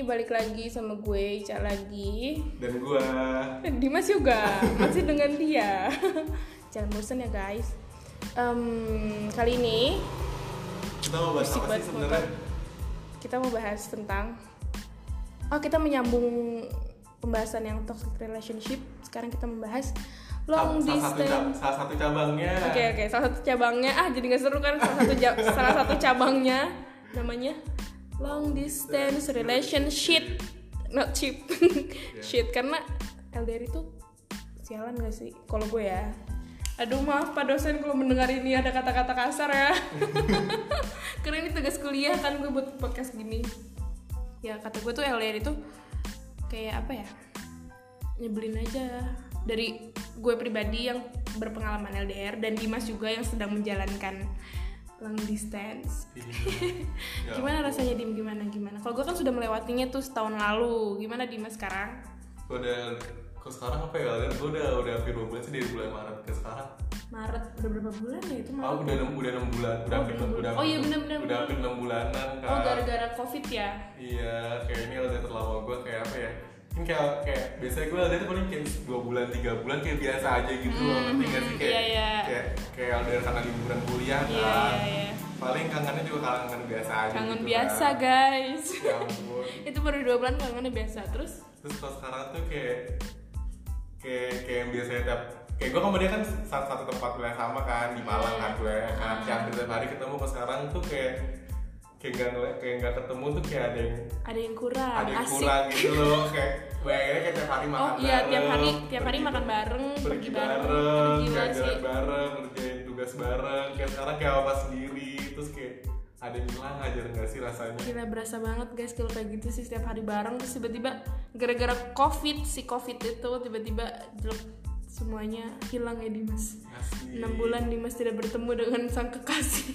balik lagi sama gue, Ica lagi. Dan gue Dimas juga, masih dengan dia. Jangan bosan ya guys. Kali ini kita mau bahas apa sih sebenarnya? Kita mau bahas tentang kita menyambung pembahasan yang toxic relationship. Sekarang kita membahas long distance. Salah satu cabangnya. Oke, salah satu cabangnya. Jadi nggak seru kan? Salah satu cabangnya namanya long distance relationship, not cheap. Shit, karena LDR itu sialan gak sih? Kalau gue ya. Aduh maaf Pak dosen kalau mendengar ini ada kata-kata kasar ya. Karena ini tugas kuliah kan gue buat podcast gini. Ya kata gue tuh LDR itu kayak apa ya? Nyebelin aja. Dari gue pribadi yang berpengalaman LDR dan Dimas juga yang sedang menjalankan long distance. Ya, Gimana rasanya Dim? Gimana? Kalau gue kan sudah melewatinya tuh setahun lalu. Gimana Dimas sekarang? Kok sekarang apa ya? Gue udah hampir 2 bulan sih dari bulan Maret ke sekarang. Maret udah berapa bulan ya itu Maret? Udah 6 bulan. Oh iya benar. Udah hampir 6 bulanan kan. Oh gara-gara Covid ya? Iya, kayak ini LDR terlama gue kayak apa ya? Kan kayak biasanya gue LDR paling kayak 2 bulan 3 bulan kayak biasa aja gitu loh. Ngerti gak sih kayak LDR karena liburan kuliah kan. Iya. Paling kangennya juga kangen biasa aja. Kangen gitu biasa kan. guys. Ya ampun. Itu baru 2 bulan kangennya biasa. Terus Kalau sekarang tuh kayak yang biasanya kayak gue sama dia kan satu tempat kuliah sama kan di Malang kan kuliah kan. Kayak hampir tiap hari ketemu. Kalau sekarang tuh kayak nggak ketemu tuh kayak ada yang kurang. ada yang Asik. kurang gitu loh. Kayak tiap hari makan bareng. Oh iya tiap hari makan bareng, pergi bareng. bareng, Gila kayak sih. jalan bareng, ngerjain tugas bareng. Kayak sekarang kayak apa sendiri, terus kayak ada yang hilang aja nggak sih rasanya? Gila berasa banget guys kalau kayak gitu sih setiap hari bareng terus tiba-tiba gara-gara covid itu tiba-tiba jelek semuanya hilang ya Dimas. Asli. 6 bulan Dimas tidak bertemu dengan sang kekasih.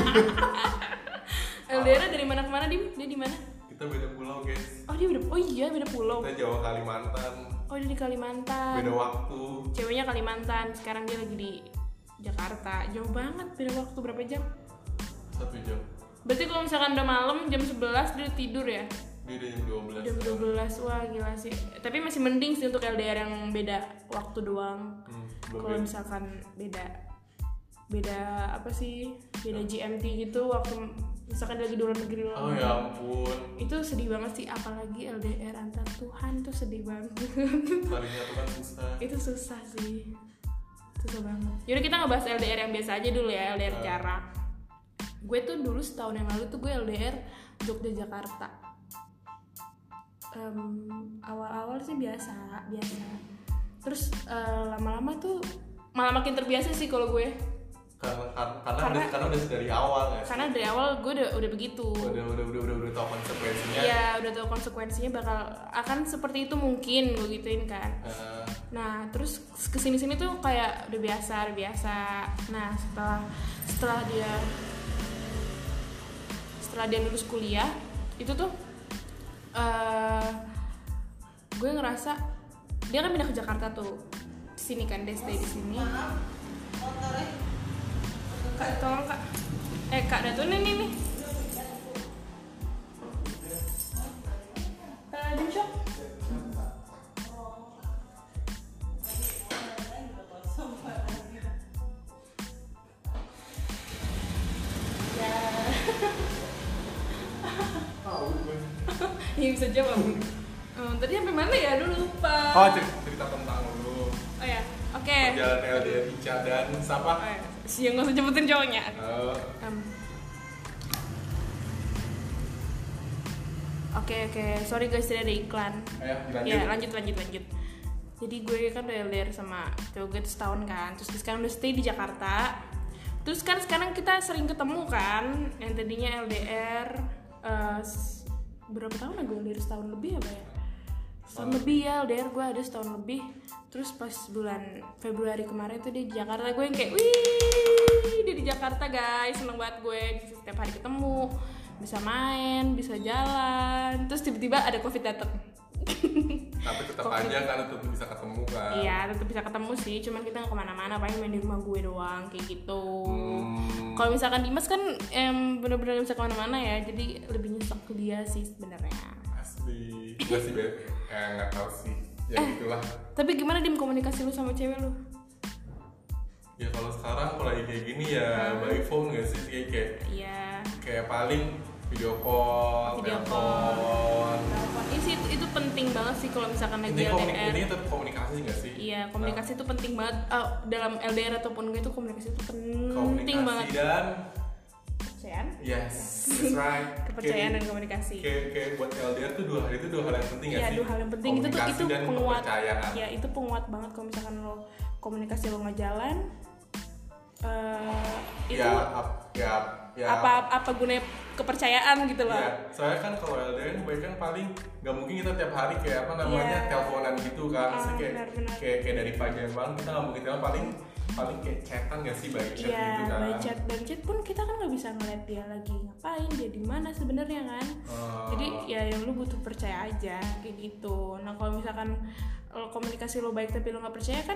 LDR dari mana ke mana Dim? Dia di mana? Kita beda pulau guys. Oh dia beda pulau. Kita Jawa Kalimantan. Oh dia di Kalimantan. Beda waktu. Ceweknya Kalimantan, sekarang dia lagi di Jakarta. Jauh banget beda waktu berapa jam? 1 jam. Berarti kalau misalkan udah malam jam 11 dia tidur ya? Dia udah jam 12. Jam 12, wah gila sih. Tapi masih mending sih untuk LDR yang beda waktu doang. Kalau misalkan beda apa sih? Beda GMT gitu waktu misalkan dia lagi di luar negeri loh. Oh ya ampun. Itu sedih banget sih, apalagi LDR antar Tuhan tuh sedih banget. Saling nyatu kan susah. Itu susah sih. Susah banget. Yaudah kita ngebahas LDR yang biasa aja dulu ya, LDR jarak. Gue tuh dulu setahun yang lalu tuh gue LDR Jogja Jakarta. Awal-awal sih biasa. Terus lama-lama tuh malah makin terbiasa sih kalau gue. Karena udah dari awal ya. Karena dari awal gue udah begitu. Udah tahu konsekuensinya. Iya, udah tahu konsekuensinya akan seperti itu mungkin gue gituin kan. Nah, terus kesini-sini tuh kayak udah biasa. Nah, setelah dia lulus kuliah, itu tuh gue ngerasa dia kan pindah ke Jakarta tuh. Di sini kan dia stay di sini. Kak, tolong Kak. Kak, Datu nih. Dinsok. Ya. Iya bisa jawab. Tadi sampai mana ya? Aduh lupa. Oh cerita tentang lu. Oh ya, oke. Perjalanan LDR Ica dan siapa? Yang nggak usah jemputin cowoknya. Oke, sorry guys tidak ada iklan. Ya lanjut. Jadi gue kan udah LDR sama cowok gue setahun kan. Terus sekarang udah stay di Jakarta. Terus kan sekarang kita sering ketemu kan. Yang tadinya LDR berapa tahun ya gue LDR setahun lebih apa ya? Setahun lebih ya LDR gue ada setahun lebih. Terus pas bulan Februari kemarin tuh dia di Jakarta. Gue yang kayak wih dia di Jakarta guys, seneng banget gue bisa setiap hari ketemu, bisa main, bisa jalan. Terus tiba-tiba ada Covid datang. Tapi tetap aja kan tetap bisa ketemu kan. Iya tetap bisa ketemu sih, cuman kita nggak kemana-mana, paling main di rumah gue doang kayak gitu. Kalau misalkan Dimas kan bener-bener bisa kemana-mana ya, jadi lebih nyesek ke dia sih sebenarnya. Gue sih nggak tahu sih ya gitulah. Tapi gimana Dim komunikasi lu sama cewek lu? Ya kalau sekarang kalau lagi kayak gini ya by phone nggak sih, Iya. kayak paling video call, telepon. Itu penting banget sih kalau misalkan lagi LDR. Ini tetap komunikasi nggak sih? Iya, komunikasi itu penting banget dalam LDR ataupun gue itu komunikasi itu penting Komunikasi banget. Dan kepercayaan. Yes, that's right. Kepercayaan dan komunikasi. Kayak buat LDR tuh dua hal yang penting nggak Iya, sih? dua hal yang penting itu dan penguat. kepercayaan. Ya, itu penguat banget kalau misalkan lo komunikasi lo nggak jalan. Itu apa gunanya kepercayaan gitu loh. Iya, soalnya kan kalau LDR kan paling nggak mungkin kita tiap hari kayak apa namanya teleponan gitu kan. Kayak dari pagi dan malam kita nggak mungkin paling kayak chatan nggak sih, by chat gitu kan. By chat, dan chat pun kita kan nggak bisa ngeliat dia lagi ngapain, dia di mana sebenarnya kan. Jadi ya yang lu butuh percaya aja kayak gitu. Nah kalau misalkan komunikasi lo baik tapi lo nggak percaya kan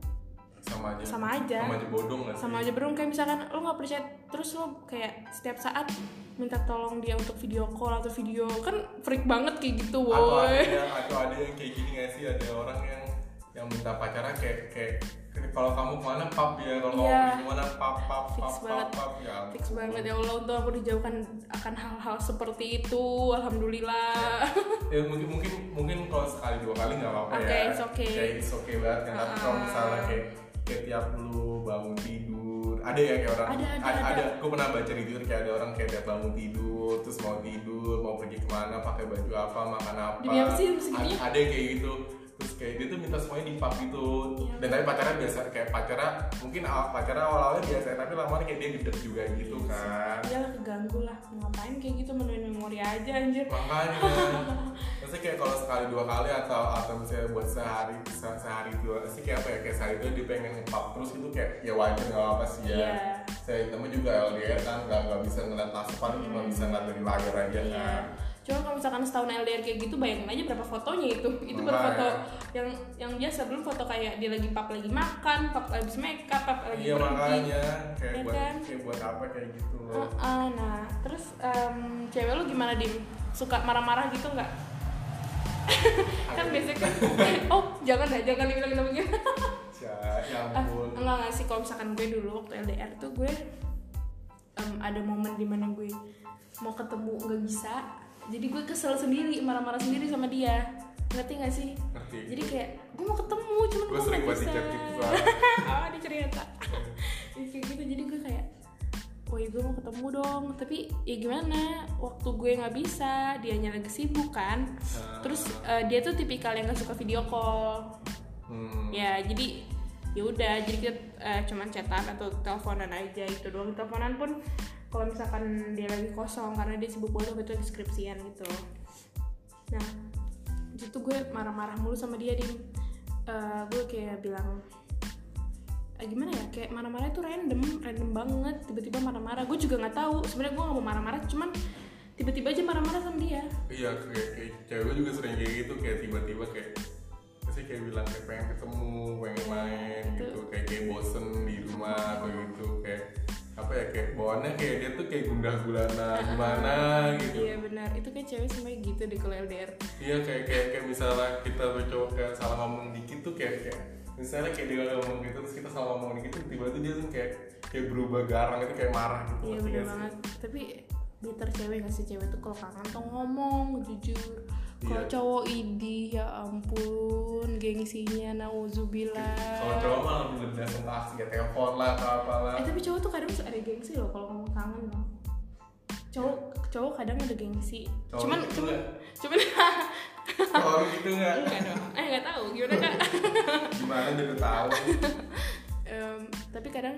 sama aja bodong nggak sih? Sama aja bodong. Kayak misalkan lo nggak percaya terus lo kayak setiap saat minta tolong dia untuk video call atau video, kan freak banget kayak gitu woy. Atau ada yang kayak gini nggak sih, ada orang yang minta pacarnya kayak kalau kamu kemana pap ya, kalau kamu pergi kemana pap ya. Fix banget ya Allah, untuk aku dijauhkan akan hal-hal seperti itu, alhamdulillah. Ya mungkin kalau sekali dua kali nggak apa-apa ya. It's okay banget kan. Tapi kalau misalnya kayak tiap lu bangun tidur, ada ya kayak orang ada. Gue pernah baca di Twitter kayak ada orang kayak tiap bangun tidur terus mau tidur mau pergi kemana, pakai baju apa, makan apa. Ada yang kayak gitu. Terus kayak dia tuh minta semuanya di pub gitu. Dan tapi pacarnya biasa, kayak pacarnya awal-awalnya biasa, tapi lama-lama kayak dia gede juga gitu kan. Iyalah, keganggu lah, ngapain kayak gitu, menuin memori aja anjir. Makanya maksudnya kayak kalau sekali dua kali atau misalnya buat sehari dua sih kayak apa ya, kayak sehari itu dia pengen nge-pub terus itu kayak ya wajar, nggak apa-apa sih ya. Saya temen juga LDR kan nggak bisa ngeliat langsung, paling cuma bisa ngeliat dari layar aja kan. Cuma kalau misalkan setahun LDR kayak gitu, bayangin aja berapa fotonya itu baru foto yang biasa. Belum foto kayak dia lagi pap lagi makan, pap habis makeup, pap lagi pergi. Iya makanya kayak ya buat apa kayak gitu loh. Nah terus cewek lu gimana Dim? Suka marah-marah gitu nggak? Kan biasanya kan jangan dibilang namanya. Ya ampun. Enggak sih, kalau misalkan gue dulu waktu LDR tuh gue ada momen dimana gue mau ketemu nggak bisa. Jadi gue kesel sendiri, marah-marah sendiri sama dia. Ngerti gak sih? Ngerti. Jadi kayak gue mau ketemu, cuman gue sering buat chat gitu dia cerita kayak gitu. Jadi gue kayak gue mau ketemu dong, tapi ya gimana, waktu gue gak bisa, dianya lagi sibuk kan. Terus dia tuh tipikal yang gak suka video call. Ya jadi ya udah, jadi kita cuman chatan atau teleponan aja, itu doang. Teleponan pun kalau misalkan dia lagi kosong karena dia sibuk banget betul skripsian gitu. Nah itu gue marah-marah mulu sama dia. Gue kayak bilang gimana ya, kayak marah-marah itu random banget, tiba-tiba marah-marah. Gue juga nggak tahu sebenarnya, gue nggak mau marah-marah, cuman tiba-tiba aja marah-marah sama dia. Iya, kayak cewek juga sering kayak gitu, kayak tiba-tiba kayak pasti kayak bilang kayak pengen ketemu, pengen main gitu, kayak bosen di rumah atau gitu, kayak apa ya, kayak bawaannya kayak dia tuh kayak gundah gulana gimana gitu. Iya benar, itu kayak cewek sebenarnya gitu di kalau LDR. Iya, kayak misalnya kita tuh cowok kayak salah ngomong dikit tuh kayak misalnya kayak dia ngomong gitu terus kita salah ngomong dikit, tiba-tiba dia tuh kayak berubah garang gitu, kayak marah gitu. Iya benar banget. Tapi bitter cewek nggak sih, cewek tuh kalau kangen tuh ngomong jujur. Kalau cowok idih ya ampun, gengsinya nauzubillah. Kalau cowok mah lebih langsung aksi ya, telepon lah atau apalah. Tapi cowok tuh kadang ada gengsi loh kalau ngomong kangen loh. Cowok kadang ada gengsi. Cuman kalau gitu nggak? Enggak dong. Nggak tahu gimana Kak. Gimana dia udah tahu. Tapi kadang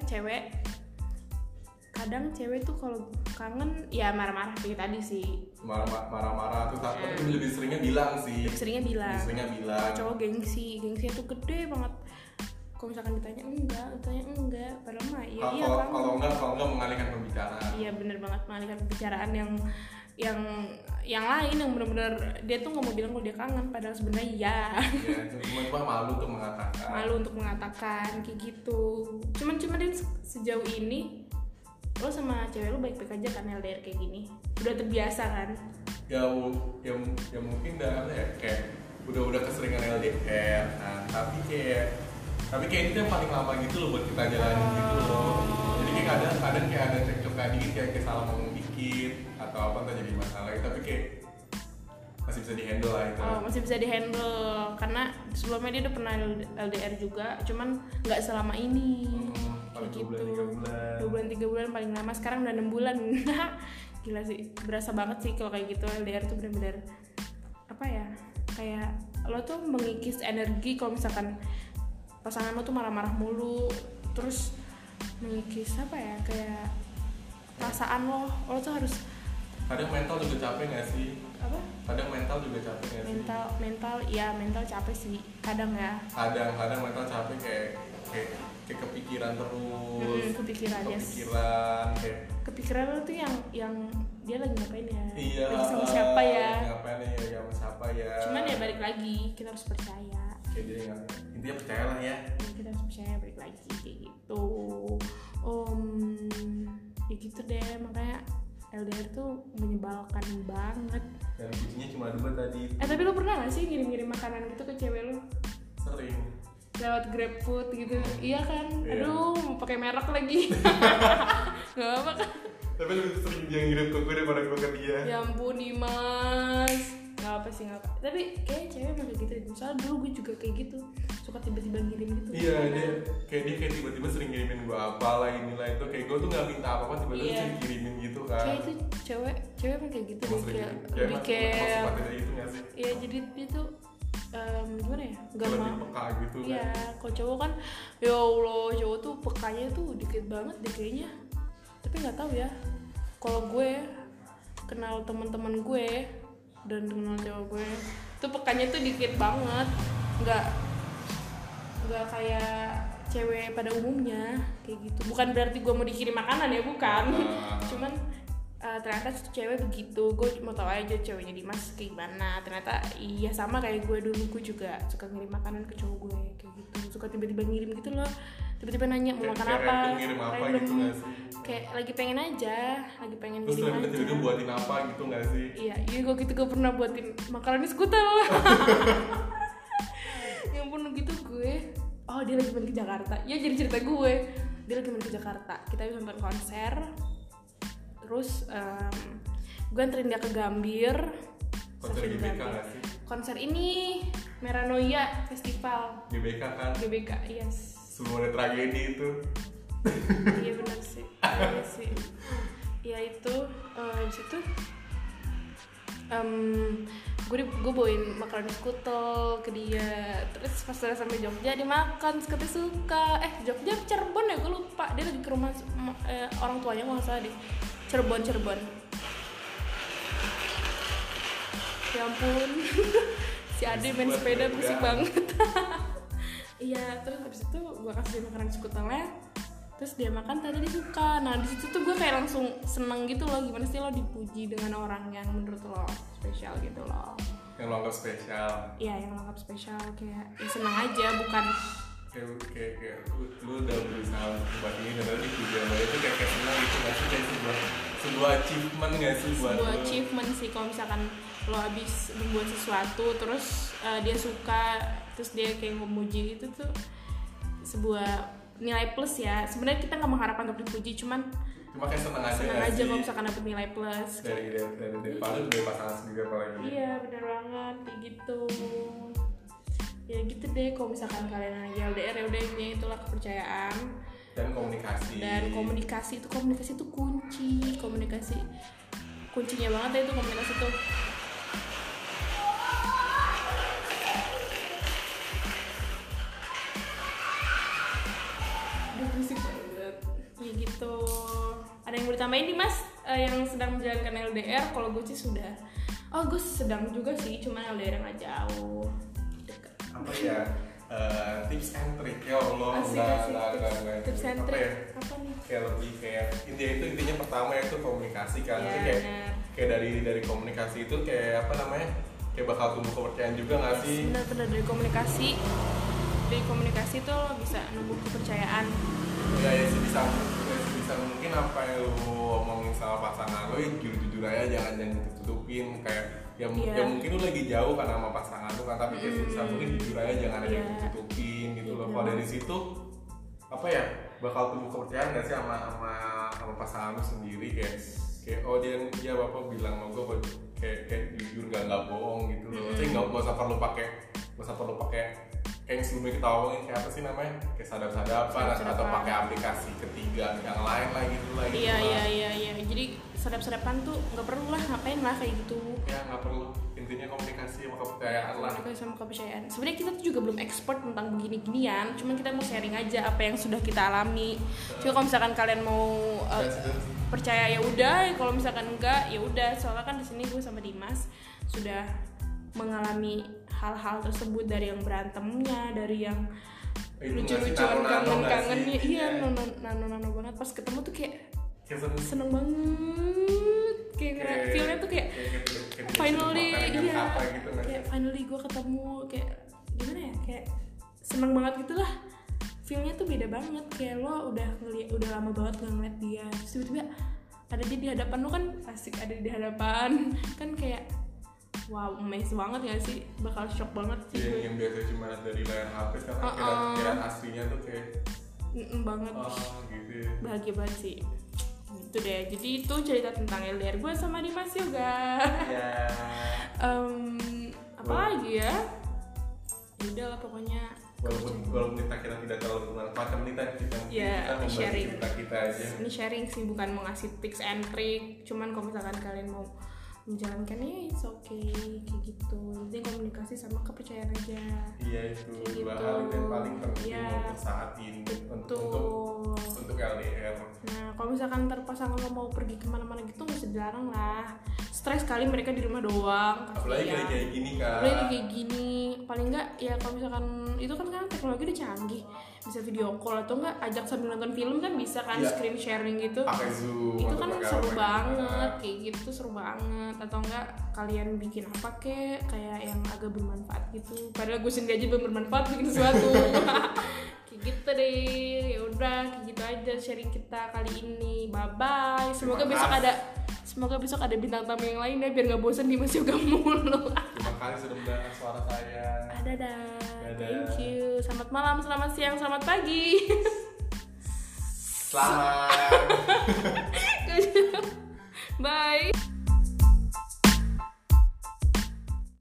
cewek tuh kalau kangen ya marah-marah kayak tadi sih. Marah-marah tuh tapi lebih seringnya bilang sih. Lebih seringnya bilang. Cowok gengsinya tuh gede banget. Kalau misalkan ditanya enggak, padahal mah iya kangen. Kalau enggak mengalihkan pembicaraan. Iya benar banget, mengalihkan pembicaraan yang lain, yang benar-benar dia tuh nggak mau bilang kalau dia kangen, padahal sebenarnya iya. Cuma malu untuk mengatakan kayak gitu. Cuman dia sejauh ini lo sama cewek lo baik-baik aja kan LDR kayak gini? Udah terbiasa kan? ya mungkin udah ya kayak udah keseringan LDR kan, tapi kayak ini tuh yang paling lama gitu loh buat kita jalanin gitu loh. Jadi kayak kadang kayak ada cekcok dikit, kayak salah ngomong dikit atau apa entah jadi masalah, tapi kayak masih bisa dihandle lah itu. Oh, masih bisa dihandle karena sebelumnya dia udah pernah LDR juga, cuman nggak selama ini. Paling Kayak 2 bulan 3 bulan. 2 bulan 3 bulan paling lama, sekarang udah 6 bulan. Gila sih, berasa banget sih kalau kayak gitu. LDR tuh benar-benar apa ya, kayak lo tuh mengikis energi kalau misalkan pasangan lo tuh marah-marah mulu, terus mengikis apa ya, kayak perasaan lo tuh harus. Kadang mental juga capek nggak sih? Apa? Kadang mental juga capek nggak sih? mental capek sih kadang ya. Kadang mental capek kayak kepikiran terus. Kepikiran kayak lo tuh yang dia lagi ngapain ya? Iya, lagi sama siapa ya? Ngapain ya, sama siapa ya? Cuman ya balik lagi, kita harus percaya. Kayak dia intinya percaya lah ya. Kita harus percaya, balik lagi kayak gitu. Ya gitu deh, makanya LDR tuh menyebalkan banget. Dan lucunya cuma 2 tadi. Tapi lo pernah gak sih ngirim-ngirim makanan gitu ke cewek lo? Sering. Lewat GrabFood gitu. Iya kan? Iya. Aduh, mau pakai merek lagi. Gak apa kan? Tapi lebih sering dia ngirim ke gue daripada gue ke dia. Ya ampun Dimas, nggak apa sih, nggak apa. Tapi kayak cewek emang kayak gitu. Misalnya dulu gue juga kayak gitu, suka tiba-tiba ngirim gitu. Iya, dia kayak tiba-tiba sering ngirimin gue apalah inilah itu. Kayak gue tuh nggak minta apa-apa, tiba-tiba sering kirimin gitu kan. Kayak itu cewek emang kayak gitu deh, kayak lebih kayak kayak gitu nggak sih? Iya, jadi dia tuh gimana ya, nggak Lebih mau peka gitu kan. Iya, kalau cowok kan ya Allah, cowok tuh pekanya tuh dikit banget deh kayaknya. Tapi nggak tahu ya, kalau gue kenal teman-teman gue dan kenal cowok gue tuh pekanya tuh dikit banget, nggak kayak cewek pada umumnya kayak gitu. Bukan berarti gue mau dikirim makanan ya, bukan. Cuman ternyata cewek begitu. Gue mau tahu aja ceweknya Dimas kayak gimana. Ternyata iya sama kayak gue dulu. Gue juga suka ngirim makanan ke cowok gue kayak gitu. Suka tiba-tiba ngirim gitu loh. Tiba-tiba nanya mau makan apa. Ngirim apa gitu nggak sih? Kayak lagi pengen aja, lagi pengen terus ngirim aja. Terus buatin apa gitu nggak sih? Iya gue gitu, gue pernah buatin makanan skutel. Yang pun gitu gue. Oh, dia lagi main ke Jakarta. Ya jadi cerita gue. Dia lagi main ke Jakarta. Kita nonton konser. Terus gue anterin dia ke Gambir. Konser GBK nggak sih? Konser ini Meranoia Festival. GBK kan? GBK, yes. Semua ada tragedi itu. Iya benar sih. Iya sih. Ya itu di situ gue bawain makanan skutel ke dia. Terus pas udah sampai Jogja dia makan, terus katanya suka. Jogja Cirebon ya, gue lupa. Dia lagi ke rumah orang tuanya, nggak salah deh. Cirebon. Ya ampun. Si Ade main sepeda berisik banget. Iya, terus habis itu gue kasih makanan skutelnya. Terus dia makan, ternyata dia suka. Nah di situ tuh gue kayak langsung seneng gitu loh. Gimana sih lo dipuji dengan orang yang menurut lo spesial gitu loh. Yang lo anggap spesial. Iya, yang lo anggap spesial. Kayak ya seneng aja, bukan kayak lu udah berusaha buat ini dan tadi juga itu kayak seneng gitu nggak sih? Kayak sebuah achievement nggak sih buat sebuah lo? achievement sih kalau misalkan lo habis membuat sesuatu terus dia suka, terus dia kayak memuji, itu tuh sebuah nilai plus ya. Sebenarnya kita nggak mengharapkan untuk dipuji, cuma kayak seneng aja kalau misalkan dapet nilai plus dari pasangan sendiri apalagi. Iya benar banget kayak gitu. Ya gitu deh, kalau misalkan kalian lagi LDR ya udah, intinya itulah kepercayaan dan komunikasi itu kuncinya banget ya, itu komunikasi tuh. Berisik banget ya gitu. Ada yang mau ditambahin nih Mas yang sedang menjalankan LDR? Kalau gue sih sudah, gue sedang juga sih, cuman LDR nggak jauh, deket. Apa ya, tips and trick ya Allah. Enggak tips and trick apa nih? Kayak lebih kayak intinya pertama itu komunikasi kan. Ya, kayak dari komunikasi itu kayak apa namanya, kayak bakal tumbuh kepercayaan juga nggak sih? Benar dari komunikasi tuh lo bisa numbuh kepercayaan. Ya sebisa mungkin apa yang lo omongin sama pasangan lo ya jujur aja, jangan tutupin kayak ya Iya. mungkin lu lagi jauh kan sama pasangan lu kan, tapi kayak sebisa mungkin jujur aja, jangan ada Iya. yang tutupin gitu loh. Iya. Kalau dari situ apa ya, bakal tumbuh kepercayaan gak sih sama pasangan lu sendiri, kayak oh dia bapak bilang sama gue kayak jujur, nggak bohong gitu loh. Jadi nggak usah perlu pakai kayak yang sebelumnya kita omongin kayak apa sih namanya, kayak sadap-sadapan atau pakai aplikasi ketiga yang lain lah gitu lah. Iya. Jadi sedap-sedapan tuh nggak perlu lah, ngapain lah kayak gitu. Ya nggak perlu, intinya komunikasi sama kepercayaan lah. Komunikasi sama kepercayaan. Sebenarnya kita tuh juga belum expert tentang begini-ginian, cuman kita mau sharing aja apa yang sudah kita alami. Cuma kalau misalkan kalian mau percaya ya udah, kalau misalkan enggak ya udah. Soalnya kan di sini gue sama Dimas sudah mengalami hal-hal tersebut, dari yang berantemnya, dari yang lucu-lucuan, kangen-kangennya. Iya, nano banget. Pas ketemu tuh kayak seneng banget, kayak feelnya tuh kayak finally, iya, gitu, kayak finally gue ketemu, kayak gimana ya, kayak seneng banget gitulah. Feelnya tuh beda banget, kayak lo udah lama banget gak ngeliat dia, terus tiba-tiba ada dia di hadapan lo, kan asik ada di hadapan kan, kayak wow, amazed banget gak sih, bakal shock banget sih. Iya, yang biasa cuma dari layar HP sekarang kira aslinya tuh kayak banget. Gitu ya. Bahagia banget sih. Gitu deh. Jadi itu cerita tentang LDR gue sama Dimas Yoga. Iya. Apa lagi ya? Udah lah pokoknya. Walaupun kita tidak terlalu bermanfaat, kita membagi sharing. cerita kita aja. Ini sharing sih, bukan mau ngasih tips and trick. Cuman kalau misalkan kalian mau menjalankannya, it's okay, kayak gitu. Intinya komunikasi sama kepercayaan aja. Iya, itu dua gitu. hal yang paling penting Iya. untuk saat ini, untuk LDR. Nah, kalau misalkan ntar pasangan lo mau pergi kemana-mana gitu, nggak usah dilarang lah. Stres kali mereka di rumah doang. Apalagi kasihan. kayak gini kan. Apalagi kayak gini. Paling nggak ya kalau misalkan itu kan teknologi udah canggih, bisa video call atau nggak ajak sambil nonton film kan bisa kan, Iya. screen sharing gitu. Pakai Zoom. Itu atau kan pakai seru apa banget, kayak gitu seru banget. Atau enggak kalian bikin apa kayak yang agak bermanfaat gitu. Padahal gue sendiri aja belum bermanfaat bikin sesuatu. Kayak gitu deh. Ya udah, kayak gitu aja sharing kita kali ini. Bye bye. Semoga besok ada bintang tamu yang lain ya, biar nggak bosan di Mas Yoga mulu. Terima kasih sudah mendengarkan suara saya. Dadah. Dadah. Thank you. Selamat malam, selamat siang, selamat pagi. Selamat. Bye.